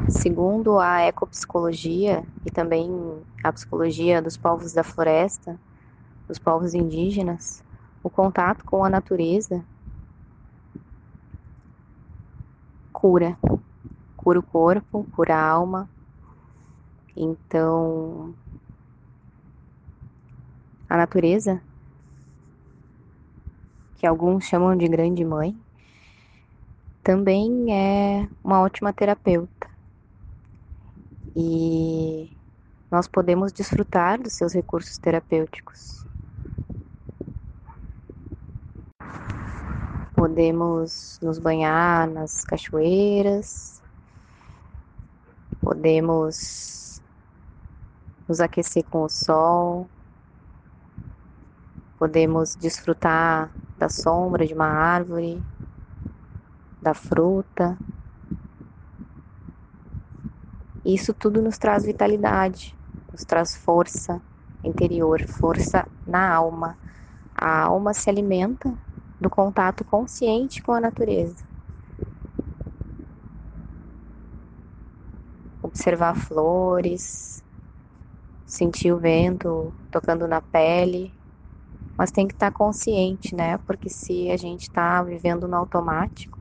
Segundo a ecopsicologia e também a psicologia dos povos da floresta, dos povos indígenas, o contato com a natureza cura, cura o corpo, cura a alma. Então, a natureza, que alguns chamam de grande mãe, também é uma ótima terapeuta. E nós podemos desfrutar dos seus recursos terapêuticos. Podemos nos banhar nas cachoeiras, podemos nos aquecer com o sol, podemos desfrutar da sombra de uma árvore, da fruta. Isso tudo nos traz vitalidade, nos traz força interior, força na alma. A alma se alimenta do contato consciente com a natureza. Observar flores, sentir o vento tocando na pele, mas tem que estar consciente, né? Porque se a gente está vivendo no automático,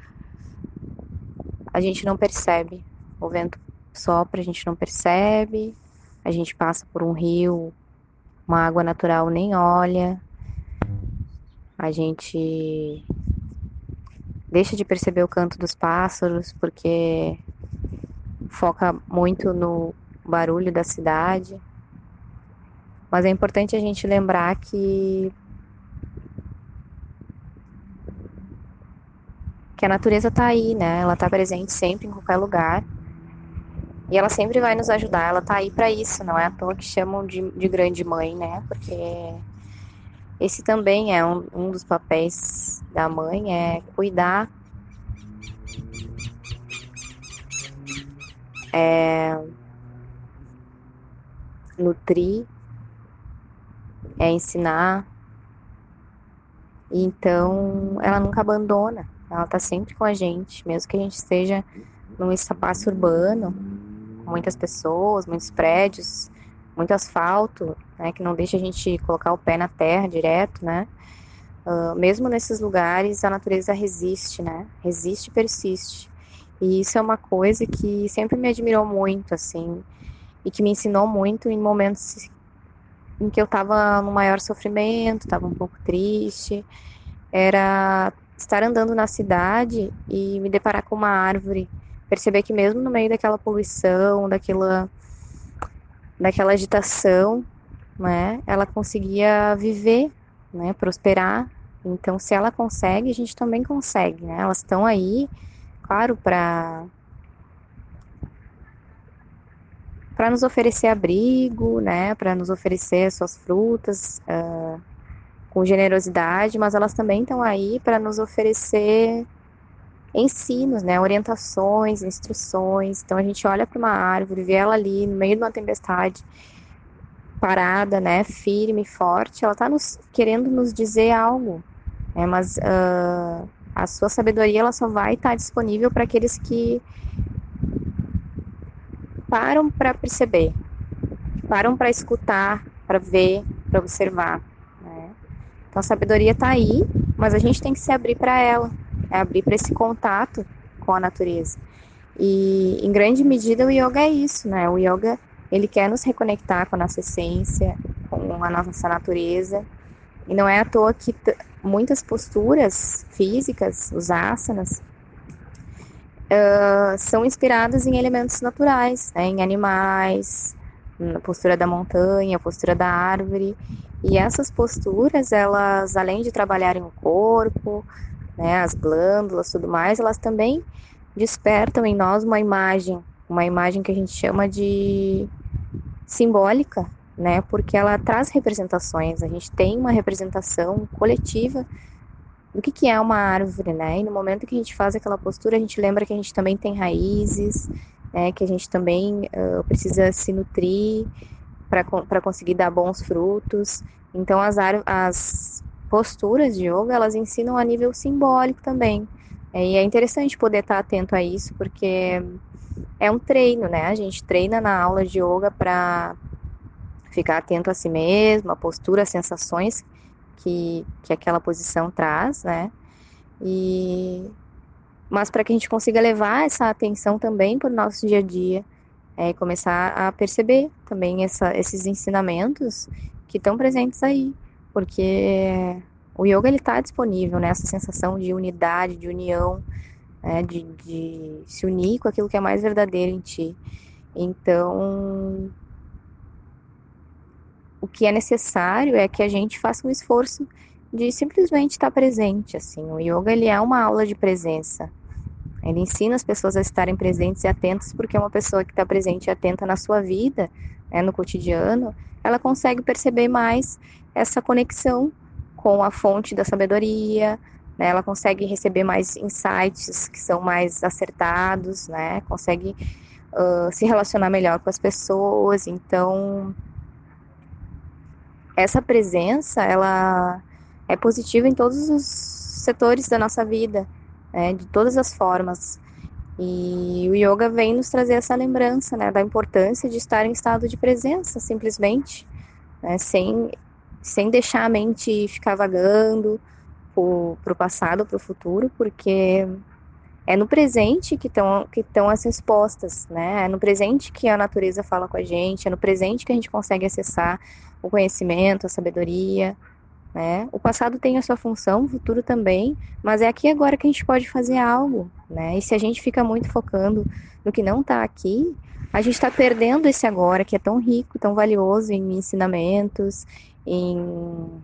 a gente não percebe. O vento sopra, a gente não percebe. A gente passa por um rio, uma água natural, nem olha. A gente deixa de perceber o canto dos pássaros porque foca muito no barulho da cidade. Mas é importante a gente lembrar que a natureza está aí, né? Ela está presente sempre, em qualquer lugar. E ela sempre vai nos ajudar. Ela está aí para isso, não é à toa que chamam de grande mãe, né? Porque esse também é um dos papéis da mãe, é cuidar, nutrir, é ensinar. E então, ela nunca abandona. Ela está sempre com a gente, mesmo que a gente esteja num espaço urbano, com muitas pessoas, muitos prédios, muito asfalto, né, que não deixa a gente colocar o pé na terra direto, né? Mesmo nesses lugares, a natureza resiste, né? Resiste e persiste. E isso é uma coisa que sempre me admirou muito, assim, e que me ensinou muito em momentos em que eu estava no maior sofrimento, estava um pouco triste. Era estar andando na cidade e me deparar com uma árvore, perceber que mesmo no meio daquela poluição, daquela agitação, né, ela conseguia viver, né, prosperar. Então, se ela consegue, a gente também consegue, né? Elas estão aí, claro, para nos oferecer abrigo, né, para nos oferecer suas frutas com generosidade, mas elas também estão aí para nos oferecer ensinos, né, orientações, instruções. Então a gente olha para uma árvore, vê ela ali no meio de uma tempestade, parada, né, firme, forte, ela está querendo nos dizer algo, né, mas a sua sabedoria ela só vai estar disponível para aqueles que param para perceber, param para escutar, para ver, para observar, né? Então a sabedoria está aí, mas a gente tem que se abrir para ela, é abrir para esse contato com a natureza. E em grande medida o yoga é isso, né? O yoga ele quer nos reconectar com a nossa essência, com a nossa natureza. E não é à toa que muitas posturas físicas, os asanas, são inspiradas em elementos naturais, né? Em animais, na postura da montanha, a postura da árvore. E essas posturas, elas, além de trabalharem o corpo, né, as glândulas, tudo mais, elas também despertam em nós uma imagem que a gente chama de simbólica, né, porque ela traz representações. A gente tem uma representação coletiva do que é uma árvore, né? E no momento que a gente faz aquela postura, a gente lembra que a gente também tem raízes, né? Que a gente também precisa se nutrir para conseguir dar bons frutos. Então as posturas de yoga elas ensinam a nível simbólico também, E é interessante poder estar atento a isso, porque é um treino, né? A gente treina na aula de yoga para ficar atento a si mesmo, a postura, as sensações que aquela posição traz, né? E mas para que a gente consiga levar essa atenção também para o nosso dia a dia, começar a perceber também esses ensinamentos que estão presentes aí, porque o yoga ele está disponível, né? Essa sensação de unidade, de união, né? De se unir com aquilo que é mais verdadeiro em ti. Então, o que é necessário é que a gente faça um esforço de simplesmente estar presente, assim. O yoga ele é uma aula de presença. Ele ensina as pessoas a estarem presentes e atentas, porque uma pessoa que está presente e atenta na sua vida, né, no cotidiano, ela consegue perceber mais essa conexão com a fonte da sabedoria, né, ela consegue receber mais insights que são mais acertados, né, consegue se relacionar melhor com as pessoas. Então, essa presença, ela é positiva em todos os setores da nossa vida, né, de todas as formas. E o yoga vem nos trazer essa lembrança, né, da importância de estar em estado de presença, simplesmente, né, sem deixar a mente ficar vagando para o passado, para o futuro, porque é no presente que estão as respostas, né? É no presente que a natureza fala com a gente, é no presente que a gente consegue acessar o conhecimento, a sabedoria, né? O passado tem a sua função, o futuro também, mas é aqui agora que a gente pode fazer algo, né? E se a gente fica muito focando no que não está aqui, a gente está perdendo esse agora que é tão rico, tão valioso em ensinamentos, em,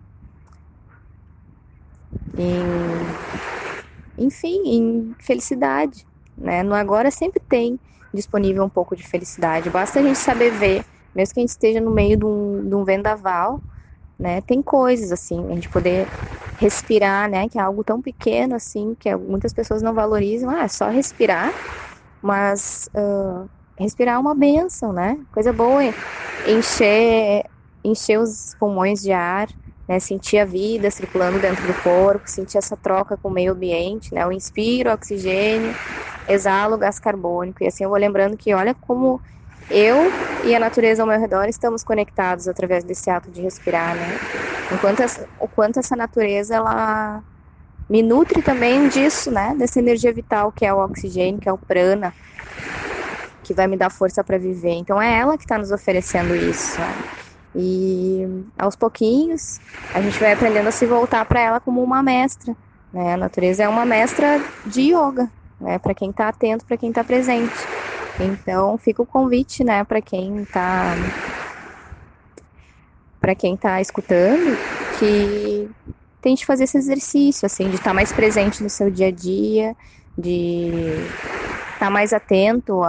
em enfim, em felicidade, né? No agora sempre tem disponível um pouco de felicidade, basta a gente saber ver, mesmo que a gente esteja no meio de um vendaval, né? Tem coisas assim, a gente poder respirar, né? Que é algo tão pequeno assim, que muitas pessoas não valorizam. Ah, é só respirar, mas respirar é uma bênção, né? Coisa boa, encher, encher os pulmões de ar, né? Sentir a vida circulando dentro do corpo, sentir essa troca com o meio ambiente, né? Eu inspiro oxigênio, exalo gás carbônico, e assim eu vou lembrando que olha como eu e a natureza ao meu redor estamos conectados através desse ato de respirar, né? O quanto essa natureza, ela me nutre também disso, né? Dessa energia vital que é o oxigênio, que é o prana, que vai me dar força para viver. Então é ela que está nos oferecendo isso, né? E aos pouquinhos a gente vai aprendendo a se voltar para ela como uma mestra, né? A natureza é uma mestra de yoga, né? Para quem está atento, para quem está presente. Então fica o convite, né? Para quem tá escutando, que tente fazer esse exercício, assim, de estar mais presente no seu dia a dia, de estar mais atento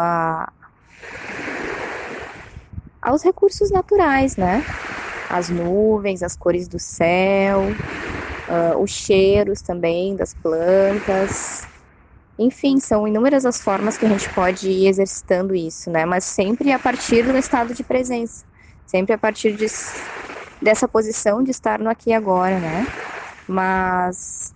aos recursos naturais, né? As nuvens, as cores do céu, os cheiros também das plantas. Enfim, são inúmeras as formas que a gente pode ir exercitando isso, né? Mas sempre a partir do estado de presença. Sempre a partir dessa posição de estar no aqui e agora, né? Mas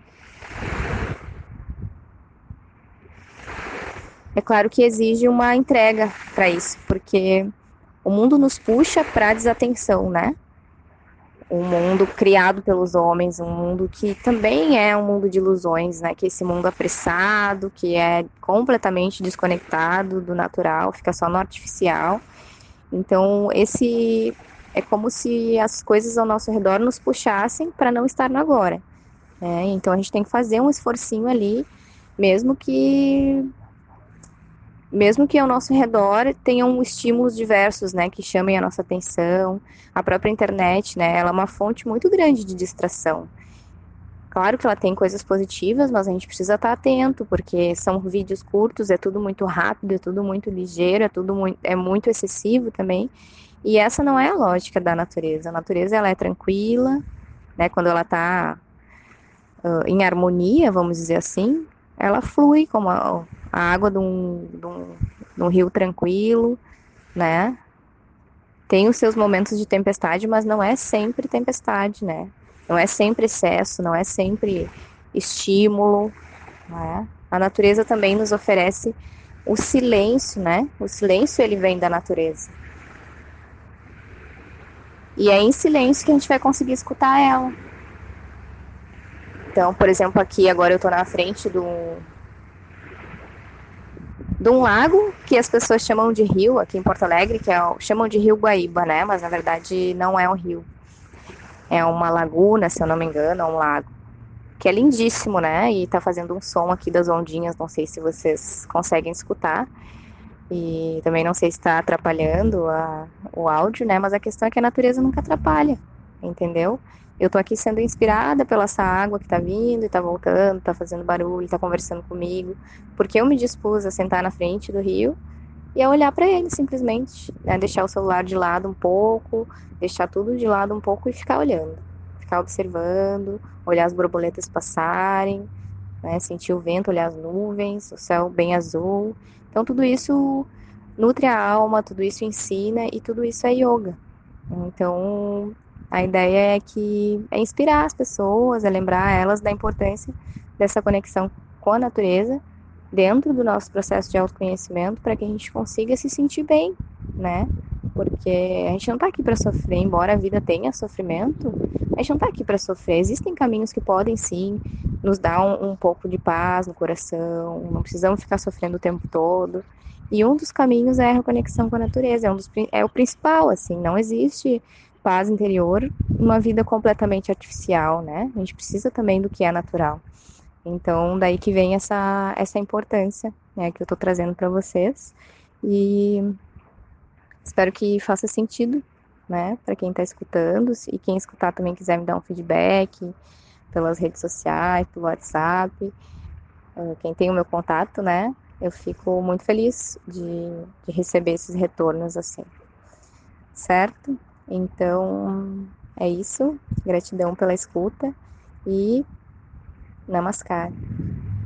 é claro que exige uma entrega para isso, porque o mundo nos puxa para a desatenção, né? Um mundo criado pelos homens, um mundo que também é um mundo de ilusões, né? Que é esse mundo apressado, que é completamente desconectado do natural, fica só no artificial. Então, esse é como se as coisas ao nosso redor nos puxassem para não estar no agora. Né? Então, a gente tem que fazer um esforcinho ali, mesmo que mesmo que ao nosso redor tenham estímulos diversos, né, que chamem a nossa atenção. A própria internet, né, ela é uma fonte muito grande de distração. Claro que ela tem coisas positivas, mas a gente precisa estar atento, porque são vídeos curtos, é tudo muito rápido, é tudo muito ligeiro, é muito excessivo também. E essa não é a lógica da natureza. A natureza, ela é tranquila, né, quando ela está em harmonia, vamos dizer assim, ela flui como a água de um rio tranquilo, né? Tem os seus momentos de tempestade, mas não é sempre tempestade, né? Não é sempre excesso, não é sempre estímulo, né? A natureza também nos oferece o silêncio, né? O silêncio ele vem da natureza. E é em silêncio que a gente vai conseguir escutar ela. Então, por exemplo, aqui agora eu tô na frente de um lago que as pessoas chamam de rio, aqui em Porto Alegre, chamam de Rio Guaíba, né? Mas na verdade não é um rio. É uma laguna, se eu não me engano, é um lago. Que é lindíssimo, né? E tá fazendo um som aqui das ondinhas, não sei se vocês conseguem escutar. E também não sei se está atrapalhando o áudio, né? Mas a questão é que a natureza nunca atrapalha, entendeu? Eu tô aqui sendo inspirada pela essa água que tá vindo e tá voltando, tá fazendo barulho, tá conversando comigo, porque eu me dispus a sentar na frente do rio e a olhar para ele simplesmente, né? Deixar o celular de lado um pouco, deixar tudo de lado um pouco e ficar olhando, ficar observando, olhar as borboletas passarem, né? Sentir o vento, olhar as nuvens, o céu bem azul. Então tudo isso nutre a alma, tudo isso ensina e tudo isso é yoga. Então a ideia é inspirar as pessoas, é lembrar elas da importância dessa conexão com a natureza dentro do nosso processo de autoconhecimento para que a gente consiga se sentir bem, né? Porque a gente não está aqui para sofrer, embora a vida tenha sofrimento, a gente não está aqui para sofrer. Existem caminhos que podem sim nos dar um pouco de paz no coração, não precisamos ficar sofrendo o tempo todo. E um dos caminhos é a reconexão com a natureza, é o principal, assim, não existe paz interior numa vida completamente artificial, né? A gente precisa também do que é natural. Então, daí que vem essa importância, né, que eu tô trazendo para vocês. E espero que faça sentido, né, para quem está escutando. E quem escutar também quiser me dar um feedback pelas redes sociais, pelo WhatsApp, quem tem o meu contato, né, eu fico muito feliz de receber esses retornos assim, certo? Então, é isso. Gratidão pela escuta e namaskar.